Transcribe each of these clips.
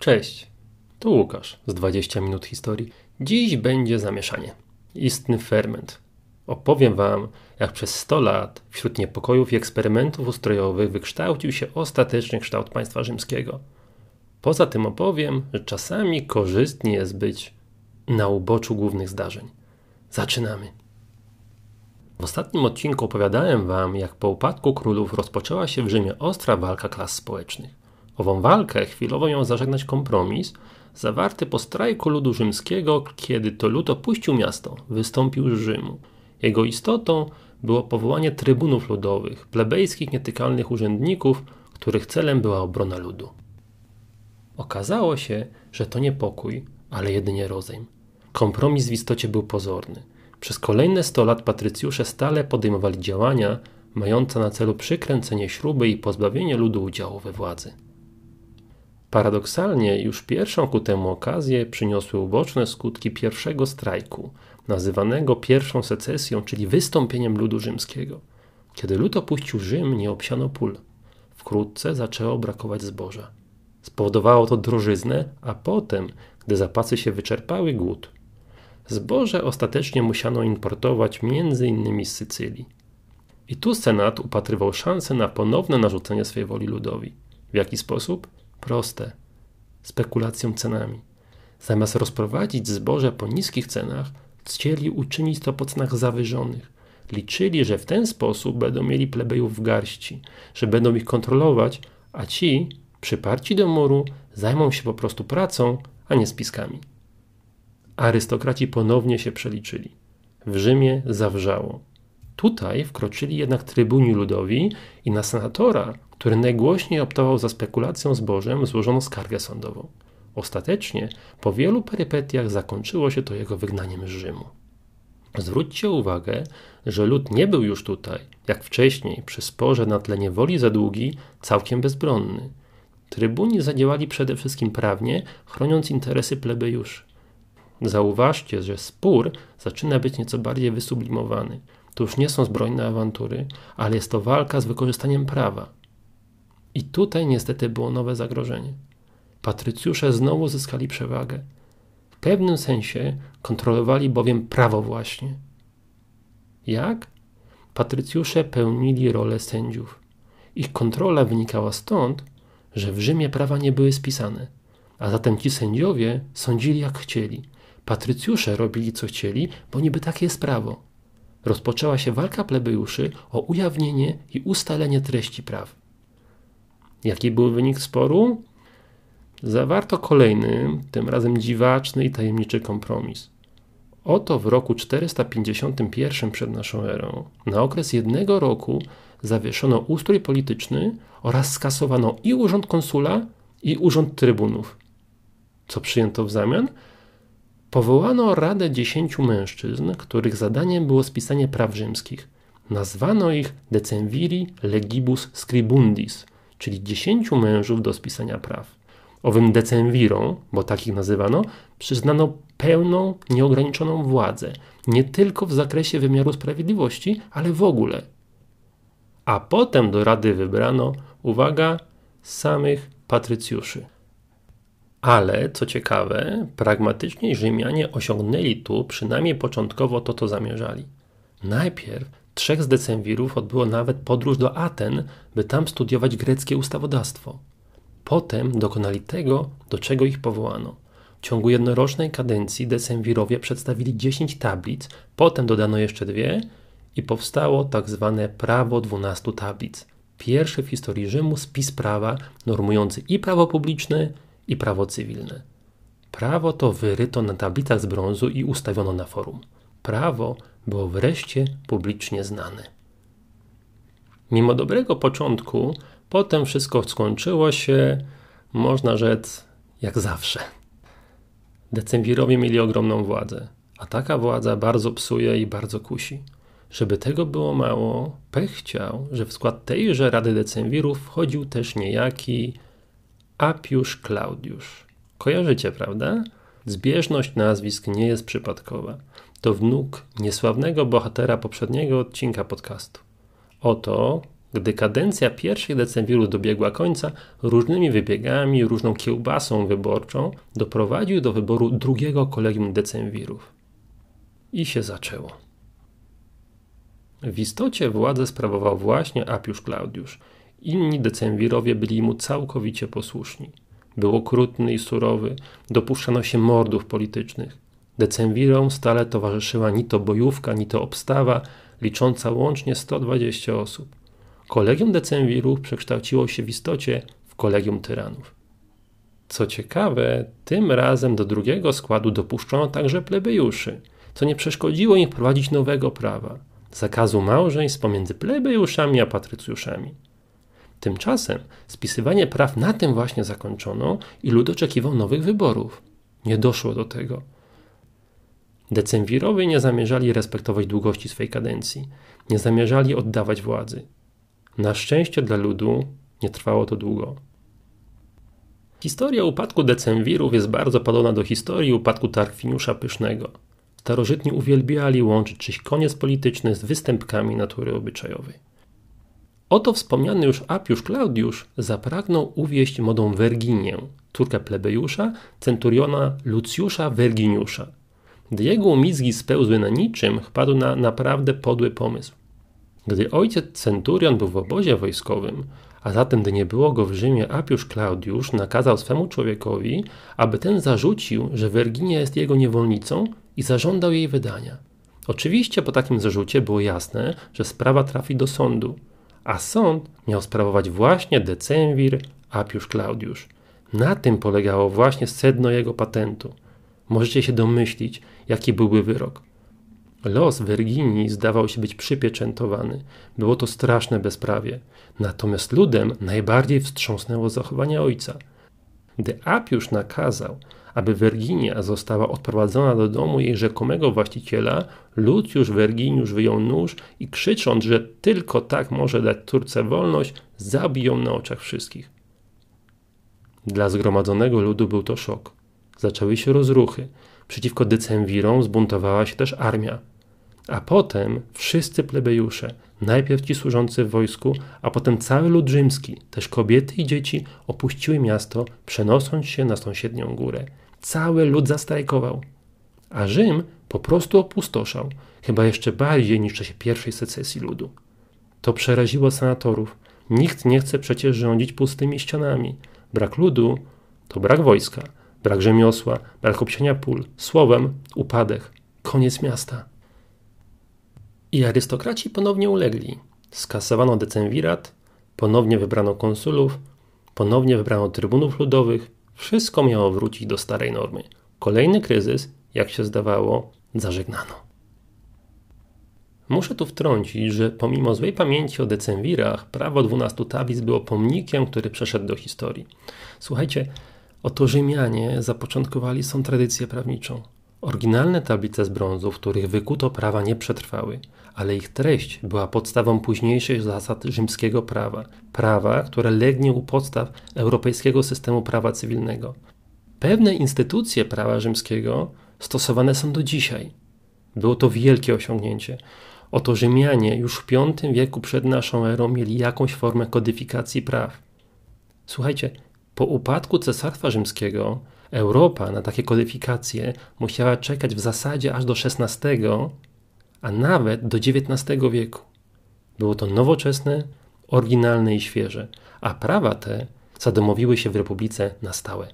Cześć, tu Łukasz z 20 minut historii. Dziś będzie zamieszanie, istny ferment. Opowiem wam, jak przez 100 lat wśród niepokojów i eksperymentów ustrojowych wykształcił się ostateczny kształt państwa rzymskiego. Poza tym opowiem, że czasami korzystnie jest być na uboczu głównych zdarzeń. Zaczynamy. W ostatnim odcinku opowiadałem wam, jak po upadku królów rozpoczęła się w Rzymie ostra walka klas społecznych. Ową walkę chwilowo miał zażegnać kompromis zawarty po strajku ludu rzymskiego, kiedy to lud opuścił miasto, wystąpił z Rzymu. Jego istotą było powołanie trybunów ludowych, plebejskich, nietykalnych urzędników, których celem była obrona ludu. Okazało się, że to nie pokój, ale jedynie rozejm. Kompromis w istocie był pozorny. Przez kolejne 100 lat patrycjusze stale podejmowali działania mające na celu przykręcenie śruby i pozbawienie ludu udziału we władzy. Paradoksalnie już pierwszą ku temu okazję przyniosły uboczne skutki pierwszego strajku, nazywanego pierwszą secesją, czyli wystąpieniem ludu rzymskiego. Kiedy lud opuścił Rzym, nie obsiano pól. Wkrótce zaczęło brakować zboża. Spowodowało to drożyznę, a potem, gdy zapasy się wyczerpały, głód. Zboże ostatecznie musiano importować m.in. z Sycylii. I tu Senat upatrywał szansę na ponowne narzucenie swej woli ludowi. W jaki sposób? Proste. Spekulacją cenami. Zamiast rozprowadzić zboże po niskich cenach, chcieli uczynić to po cenach zawyżonych. Liczyli, że w ten sposób będą mieli plebejów w garści, że będą ich kontrolować, a ci, przyparci do muru, zajmą się po prostu pracą, a nie spiskami. Arystokraci ponownie się przeliczyli. W Rzymie zawrzało. Tutaj wkroczyli jednak trybuni ludowi i na senatora, który najgłośniej optował za spekulacją zbożem, złożono skargę sądową. Ostatecznie, po wielu perypetiach zakończyło się to jego wygnaniem z Rzymu. Zwróćcie uwagę, że lud nie był już tutaj, jak wcześniej, przy sporze na tle niewoli zadługi, całkiem bezbronny. Trybuni zadziałali przede wszystkim prawnie, chroniąc interesy plebejuszy. Zauważcie, że spór zaczyna być nieco bardziej wysublimowany. To już nie są zbrojne awantury, ale jest to walka z wykorzystaniem prawa. I tutaj niestety było nowe zagrożenie. Patrycjusze znowu zyskali przewagę. W pewnym sensie kontrolowali bowiem prawo właśnie. Jak? Patrycjusze pełnili rolę sędziów. Ich kontrola wynikała stąd, że w Rzymie prawa nie były spisane, a zatem ci sędziowie sądzili jak chcieli. Patrycjusze robili co chcieli, bo niby takie jest prawo. Rozpoczęła się walka plebejuszy o ujawnienie i ustalenie treści praw. Jaki był wynik sporu? Zawarto kolejny, tym razem dziwaczny i tajemniczy kompromis. Oto w roku 451 przed naszą erą, na okres 1 roku, zawieszono ustrój polityczny oraz skasowano i urząd konsula, i urząd trybunów. Co przyjęto w zamian? Powołano Radę 10 mężczyzn, których zadaniem było spisanie praw rzymskich. Nazwano ich decemviri legibus scribundis, czyli 10 mężów do spisania praw. Owym decemvirom, bo takich nazywano, przyznano pełną, nieograniczoną władzę, nie tylko w zakresie wymiaru sprawiedliwości, ale w ogóle. A potem do rady wybrano, uwaga, samych patrycjuszy. Ale, co ciekawe, pragmatycznie Rzymianie osiągnęli tu przynajmniej początkowo to, co zamierzali. Najpierw 3 z decemvirów odbyło nawet podróż do Aten, by tam studiować greckie ustawodawstwo. Potem dokonali tego, do czego ich powołano. W ciągu jednorocznej kadencji decemvirowie przedstawili 10 tablic, potem dodano jeszcze 2 i powstało tak zwane prawo 12 tablic. Pierwszy w historii Rzymu spis prawa normujący i prawo publiczne, i prawo cywilne. Prawo to wyryto na tablicach z brązu i ustawiono na forum. Prawo było wreszcie publicznie znane. Mimo dobrego początku, potem wszystko skończyło się, można rzec, jak zawsze. Decemvirowie mieli ogromną władzę, a taka władza bardzo psuje i bardzo kusi. Żeby tego było mało, pech chciał, że w skład tejże Rady Decemvirów wchodził też niejaki Appiusz Claudiusz. Kojarzycie, prawda? Zbieżność nazwisk nie jest przypadkowa. To wnuk niesławnego bohatera poprzedniego odcinka podcastu. Oto Gdy kadencja pierwszych decemvirów dobiegła końca, różnymi wybiegami, różną kiełbasą wyborczą doprowadził do wyboru drugiego kolegium decemvirów. I się zaczęło. W istocie władzę sprawował właśnie Appiusz Claudiusz. Inni decemvirowie byli mu całkowicie posłuszni. Był okrutny i surowy, dopuszczano się mordów politycznych. Decemvirom stale towarzyszyła ni to bojówka, ni to obstawa, licząca łącznie 120 osób. Kolegium decemvirów przekształciło się w istocie w kolegium tyranów. Co ciekawe, tym razem do drugiego składu dopuszczono także plebejuszy, co nie przeszkodziło im wprowadzić nowego prawa, zakazu małżeństw pomiędzy plebejuszami a patrycjuszami. Tymczasem spisywanie praw na tym właśnie zakończono i lud oczekiwał nowych wyborów. Nie doszło do tego. Decemvirowie nie zamierzali respektować długości swej kadencji, nie zamierzali oddawać władzy. Na szczęście dla ludu nie trwało to długo. Historia upadku decemvirów jest bardzo podobna do historii upadku Tarkwiniusza Pysznego. Starożytni uwielbiali łączyć czyś koniec polityczny z występkami natury obyczajowej. Oto wspomniany już Appiusz Claudiusz zapragnął uwieść młodą Verginię, córkę plebejusza, centuriona Lucjusza Verginiusza. Gdy jego umizgi spełzły na niczym, wpadł na naprawdę podły pomysł. Gdy ojciec centurion był w obozie wojskowym, a zatem gdy nie było go w Rzymie, Appiusz Claudiusz nakazał swemu człowiekowi, aby ten zarzucił, że Verginia jest jego niewolnicą i zażądał jej wydania. Oczywiście po takim zarzucie było jasne, że sprawa trafi do sądu, a sąd miał sprawować właśnie decemvir Appiusz Claudiusz. Na tym polegało właśnie sedno jego patentu. Możecie się domyślić, jaki byłby wyrok. Los Verginii zdawał się być przypieczętowany. Było to straszne bezprawie. Natomiast ludem najbardziej wstrząsnęło zachowanie ojca. Gdy Appiusz nakazał, aby Verginia została odprowadzona do domu jej rzekomego właściciela, Lucjusz Verginiusz wyjął nóż i krzycząc, że tylko tak może dać córce wolność, zabił ją na oczach wszystkich. Dla zgromadzonego ludu był to szok. Zaczęły się rozruchy. Przeciwko decemvirom zbuntowała się też armia. A potem wszyscy plebejusze, najpierw ci służący w wojsku, a potem cały lud rzymski, też kobiety i dzieci, opuściły miasto, przenosząc się na sąsiednią górę. Cały lud zastrajkował. A Rzym po prostu opustoszał, chyba jeszcze bardziej niż w czasie pierwszej secesji ludu. To przeraziło senatorów. Nikt nie chce przecież rządzić pustymi ścianami. Brak ludu to brak wojska, brak rzemiosła, brak obsiania pól. Słowem, upadek, koniec miasta. I arystokraci ponownie ulegli. Skasowano decemvirat, ponownie wybrano konsulów, ponownie wybrano trybunów ludowych. Wszystko miało wrócić do starej normy. Kolejny kryzys, jak się zdawało, zażegnano. Muszę tu wtrącić, że pomimo złej pamięci o decemvirach, prawo 12 tablic było pomnikiem, który przeszedł do historii. Słuchajcie, oto Rzymianie zapoczątkowali swą tradycję prawniczą. Oryginalne tablice z brązu, w których wykuto prawa, nie przetrwały, ale ich treść była podstawą późniejszych zasad rzymskiego prawa. Prawa, które legnie u podstaw europejskiego systemu prawa cywilnego. Pewne instytucje prawa rzymskiego stosowane są do dzisiaj. Było to wielkie osiągnięcie. Oto Rzymianie już w V wieku przed naszą erą mieli jakąś formę kodyfikacji praw. Słuchajcie, po upadku Cesarstwa Rzymskiego Europa na takie kodyfikacje musiała czekać w zasadzie aż do XVI, a nawet do XIX wieku. Było to nowoczesne, oryginalne i świeże, a prawa te zadomowiły się w Republice na stałe.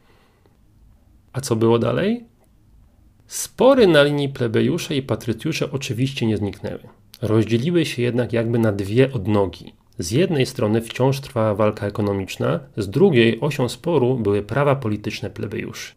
A co było dalej? Spory na linii plebejusze i patrycjusze oczywiście nie zniknęły. Rozdzieliły się jednak jakby na dwie odnogi. Z jednej strony wciąż trwała walka ekonomiczna, z drugiej osią sporu były prawa polityczne plebejuszy.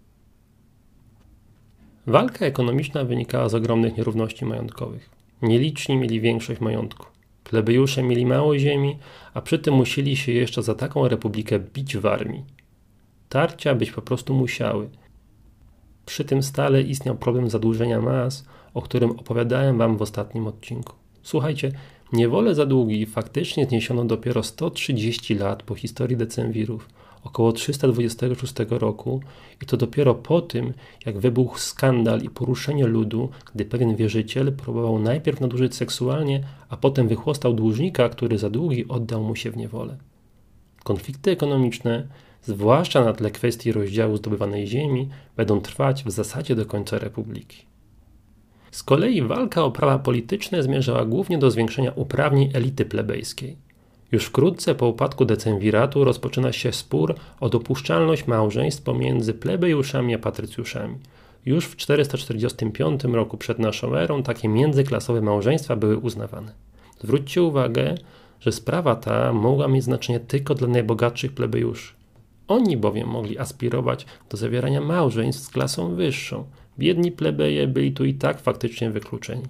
Walka ekonomiczna wynikała z ogromnych nierówności majątkowych. Nieliczni mieli większość majątku. Plebejusze mieli mało ziemi, a przy tym musieli się jeszcze za taką republikę bić w armii. Tarcia być po prostu musiały. Przy tym stale istniał problem zadłużenia mas, o którym opowiadałem wam w ostatnim odcinku. Słuchajcie, niewolę za długi faktycznie zniesiono dopiero 130 lat po historii decemvirów. około 326 roku i to dopiero po tym, jak wybuchł skandal i poruszenie ludu, gdy pewien wierzyciel próbował najpierw nadużyć seksualnie, a potem wychłostał dłużnika, który za długi oddał mu się w niewolę. Konflikty ekonomiczne, zwłaszcza na tle kwestii rozdziału zdobywanej ziemi, będą trwać w zasadzie do końca republiki. Z kolei walka o prawa polityczne zmierzała głównie do zwiększenia uprawnień elity plebejskiej. Już wkrótce po upadku decemviratu rozpoczyna się spór o dopuszczalność małżeństw pomiędzy plebejuszami a patrycjuszami. Już w 445 roku przed naszą erą takie międzyklasowe małżeństwa były uznawane. Zwróćcie uwagę, że sprawa ta mogła mieć znaczenie tylko dla najbogatszych plebejuszy. Oni bowiem mogli aspirować do zawierania małżeństw z klasą wyższą. Biedni plebeje byli tu i tak faktycznie wykluczeni.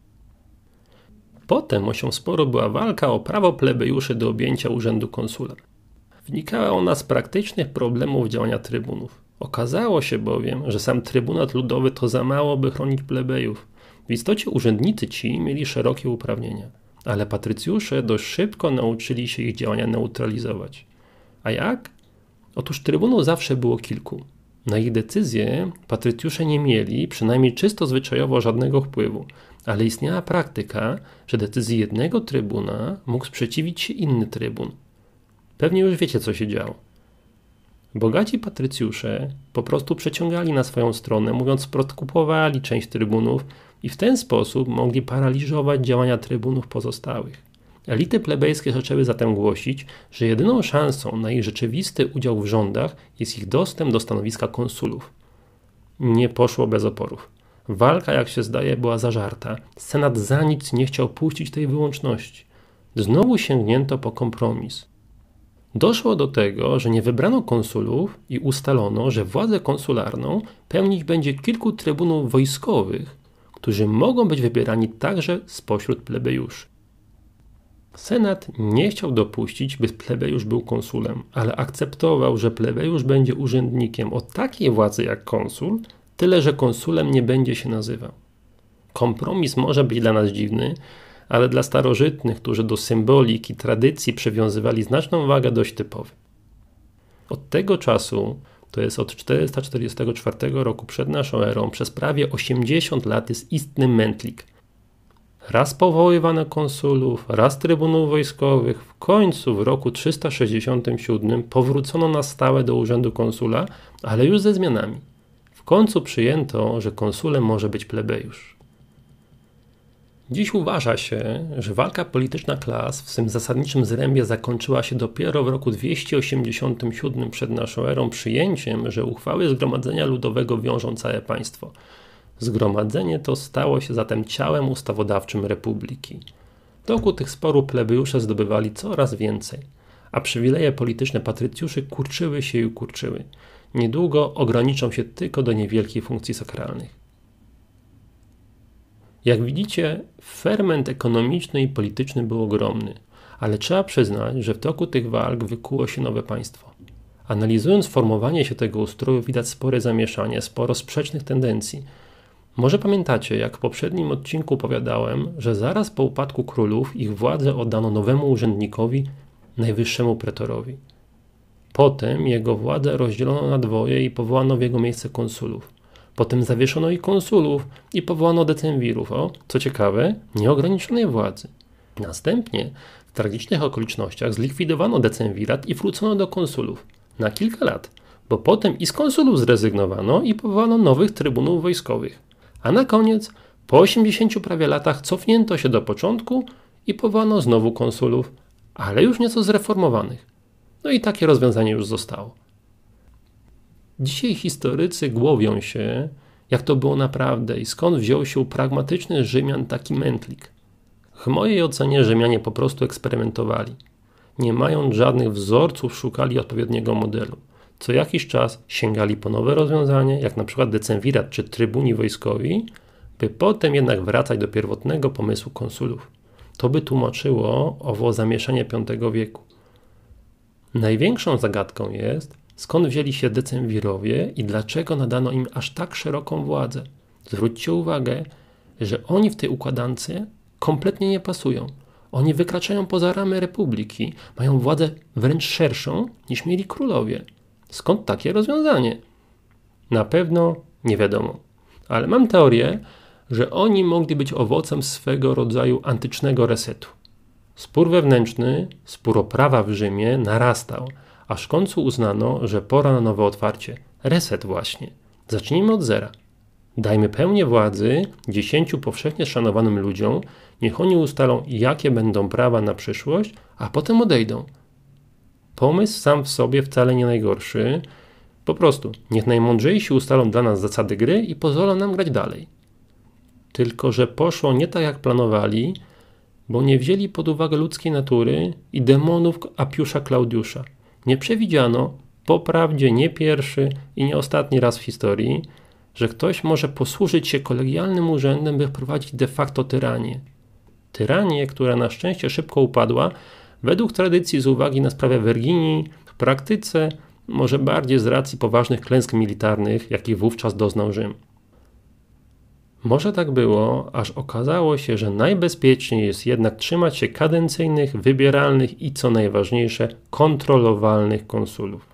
Potem osią sporu była walka o prawo plebejuszy do objęcia urzędu konsula. Wynikała ona z praktycznych problemów działania trybunów. Okazało się bowiem, że sam trybunat ludowy to za mało, by chronić plebejów. W istocie urzędnicy ci mieli szerokie uprawnienia, ale patrycjusze dość szybko nauczyli się ich działania neutralizować. A jak? Otóż trybunów zawsze było kilku. Na ich decyzje patrycjusze nie mieli, przynajmniej czysto zwyczajowo, żadnego wpływu, ale istniała praktyka, że decyzji jednego trybuna mógł sprzeciwić się inny trybun. Pewnie już wiecie, co się działo. Bogaci patrycjusze po prostu przeciągali na swoją stronę, mówiąc wprost, kupowali część trybunów i w ten sposób mogli paraliżować działania trybunów pozostałych. Elity plebejskie zaczęły zatem głosić, że jedyną szansą na ich rzeczywisty udział w rządach jest ich dostęp do stanowiska konsulów. Nie poszło bez oporów. Walka, jak się zdaje, była zażarta. Senat za nic nie chciał puścić tej wyłączności. Znowu sięgnięto po kompromis. Doszło do tego, że nie wybrano konsulów i ustalono, że władzę konsularną pełnić będzie kilku trybunów wojskowych, którzy mogą być wybierani także spośród plebejuszy. Senat nie chciał dopuścić, by plebejusz był konsulem, ale akceptował, że plebejusz będzie urzędnikiem o takiej władzy jak konsul, tyle że konsulem nie będzie się nazywał. Kompromis może być dla nas dziwny, ale dla starożytnych, którzy do symboliki, tradycji przywiązywali znaczną wagę, dość typowy. Od tego czasu, to jest od 444 roku przed naszą erą, przez prawie 80 lat jest istny mętlik. Raz powoływano konsulów, raz trybunów wojskowych, w końcu w roku 367 powrócono na stałe do urzędu konsula, ale już ze zmianami. W końcu przyjęto, że konsulem może być plebejusz. Dziś uważa się, że walka polityczna klas w swym zasadniczym zrębie zakończyła się dopiero w roku 287 przed naszą erą przyjęciem, że uchwały Zgromadzenia Ludowego wiążą całe państwo. Zgromadzenie to stało się zatem ciałem ustawodawczym republiki. W toku tych sporów plebejusze zdobywali coraz więcej, a przywileje polityczne patrycjuszy kurczyły się i kurczyły. Niedługo ograniczą się tylko do niewielkich funkcji sakralnych. Jak widzicie, ferment ekonomiczny i polityczny był ogromny, ale trzeba przyznać, że w toku tych walk wykuło się nowe państwo. Analizując formowanie się tego ustroju, widać spore zamieszanie, sporo sprzecznych tendencji. Może pamiętacie, jak w poprzednim odcinku opowiadałem, że zaraz po upadku królów ich władzę oddano nowemu urzędnikowi, najwyższemu pretorowi. Potem jego władzę rozdzielono na dwoje i powołano w jego miejsce konsulów. Potem zawieszono i konsulów i powołano decemvirów o, co ciekawe, nieograniczonej władzy. Następnie w tragicznych okolicznościach zlikwidowano decemvirat i wrócono do konsulów na kilka lat, bo potem i z konsulów zrezygnowano i powołano nowych trybunów wojskowych. A na koniec, po 80 prawie latach, cofnięto się do początku i powołano znowu konsulów, ale już nieco zreformowanych. No i takie rozwiązanie już zostało. Dzisiaj historycy głowią się, jak to było naprawdę i skąd wziął się u pragmatycznych Rzymian taki mętlik. W mojej ocenie Rzymianie po prostu eksperymentowali. Nie mając żadnych wzorców, szukali odpowiedniego modelu. Co jakiś czas sięgali po nowe rozwiązanie, jak na przykład decemvirat czy trybuni wojskowi, by potem jednak wracać do pierwotnego pomysłu konsulów. To by tłumaczyło owo zamieszanie V wieku. Największą zagadką jest, skąd wzięli się decemvirowie i dlaczego nadano im aż tak szeroką władzę. Zwróćcie uwagę, że oni w tej układance kompletnie nie pasują. Oni wykraczają poza ramy republiki, mają władzę wręcz szerszą niż mieli królowie. Skąd takie rozwiązanie? Na pewno nie wiadomo. Ale mam teorię, że oni mogli być owocem swego rodzaju antycznego resetu. Spór wewnętrzny, spór o prawa w Rzymie narastał, aż w końcu uznano, że pora na nowe otwarcie. Reset właśnie. Zacznijmy od zera. Dajmy pełnię władzy 10 powszechnie szanowanym ludziom, niech oni ustalą, jakie będą prawa na przyszłość, a potem odejdą. Pomysł sam w sobie wcale nie najgorszy. Po prostu, niech najmądrzejsi ustalą dla nas zasady gry i pozwolą nam grać dalej. Tylko że poszło nie tak jak planowali, bo nie wzięli pod uwagę ludzkiej natury i demonów Appiusza Klaudiusza. Nie przewidziano, po prawdzie nie pierwszy i nie ostatni raz w historii, że ktoś może posłużyć się kolegialnym urzędem, by wprowadzić de facto tyranię. Tyranię, która na szczęście szybko upadła, według tradycji z uwagi na sprawę Werginii, w praktyce może bardziej z racji poważnych klęsk militarnych, jakich wówczas doznał Rzym. Może tak było, aż okazało się, że najbezpieczniej jest jednak trzymać się kadencyjnych, wybieralnych i co najważniejsze, kontrolowalnych konsulów.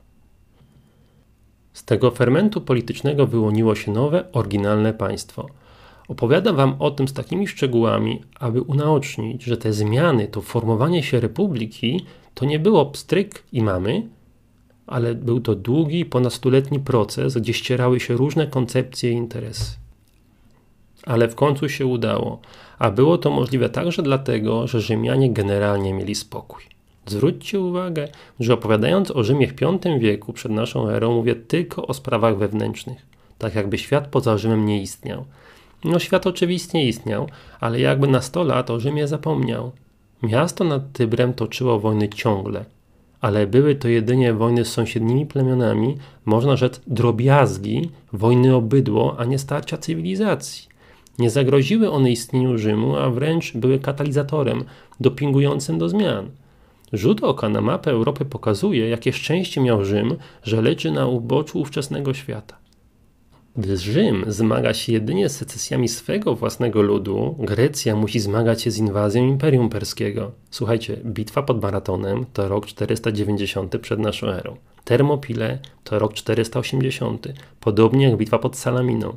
Z tego fermentu politycznego wyłoniło się nowe, oryginalne państwo. Opowiadam wam o tym z takimi szczegółami, aby unaocznić, że te zmiany, to formowanie się republiki, to nie było pstryk i mamy, ale był to długi, ponadstuletni proces, gdzie ścierały się różne koncepcje i interesy. Ale w końcu się udało, a było to możliwe także dlatego, że Rzymianie generalnie mieli spokój. Zwróćcie uwagę, że opowiadając o Rzymie w V wieku przed naszą erą mówię tylko o sprawach wewnętrznych, tak jakby świat poza Rzymem nie istniał. No świat oczywiście istniał, ale jakby na 100 lat o Rzymie zapomniał. Miasto nad Tybrem toczyło wojny ciągle, ale były to jedynie wojny z sąsiednimi plemionami, można rzec drobiazgi, wojny o bydło, a nie starcia cywilizacji. Nie zagroziły one istnieniu Rzymu, a wręcz były katalizatorem dopingującym do zmian. Rzut oka na mapę Europy pokazuje, jakie szczęście miał Rzym, że leży na uboczu ówczesnego świata. Gdy Rzym zmaga się jedynie z secesjami swego własnego ludu, Grecja musi zmagać się z inwazją Imperium Perskiego. Słuchajcie, bitwa pod Maratonem to rok 490 przed naszą erą. Termopile to rok 480, podobnie jak bitwa pod Salaminą.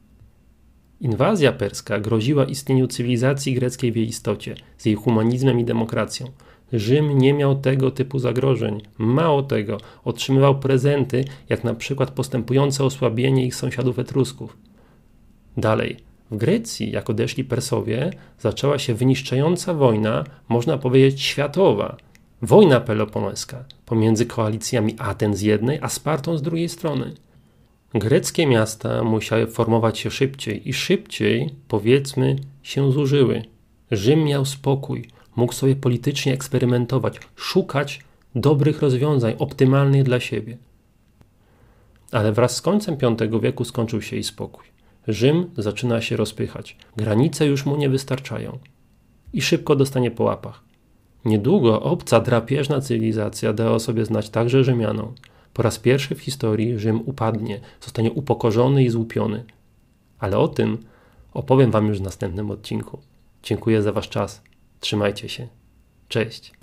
Inwazja perska groziła istnieniu cywilizacji greckiej w jej istocie, z jej humanizmem i demokracją. Rzym nie miał tego typu zagrożeń. Mało tego, otrzymywał prezenty, jak na przykład postępujące osłabienie ich sąsiadów Etrusków. Dalej, w Grecji, jak odeszli Persowie, zaczęła się wyniszczająca wojna, można powiedzieć światowa. Wojna peloponeska pomiędzy koalicjami Aten z jednej, a Spartą z drugiej strony. Greckie miasta musiały formować się szybciej i szybciej, powiedzmy, się zużyły. Rzym miał spokój, mógł sobie politycznie eksperymentować, szukać dobrych rozwiązań, optymalnych dla siebie. Ale wraz z końcem V wieku skończył się i spokój. Rzym zaczyna się rozpychać, granice już mu nie wystarczają i szybko dostanie po łapach. Niedługo obca, drapieżna cywilizacja da o sobie znać także Rzymianom. Po raz pierwszy w historii Rzym upadnie, zostanie upokorzony i złupiony. Ale o tym opowiem wam już w następnym odcinku. Dziękuję za wasz czas. Trzymajcie się. Cześć.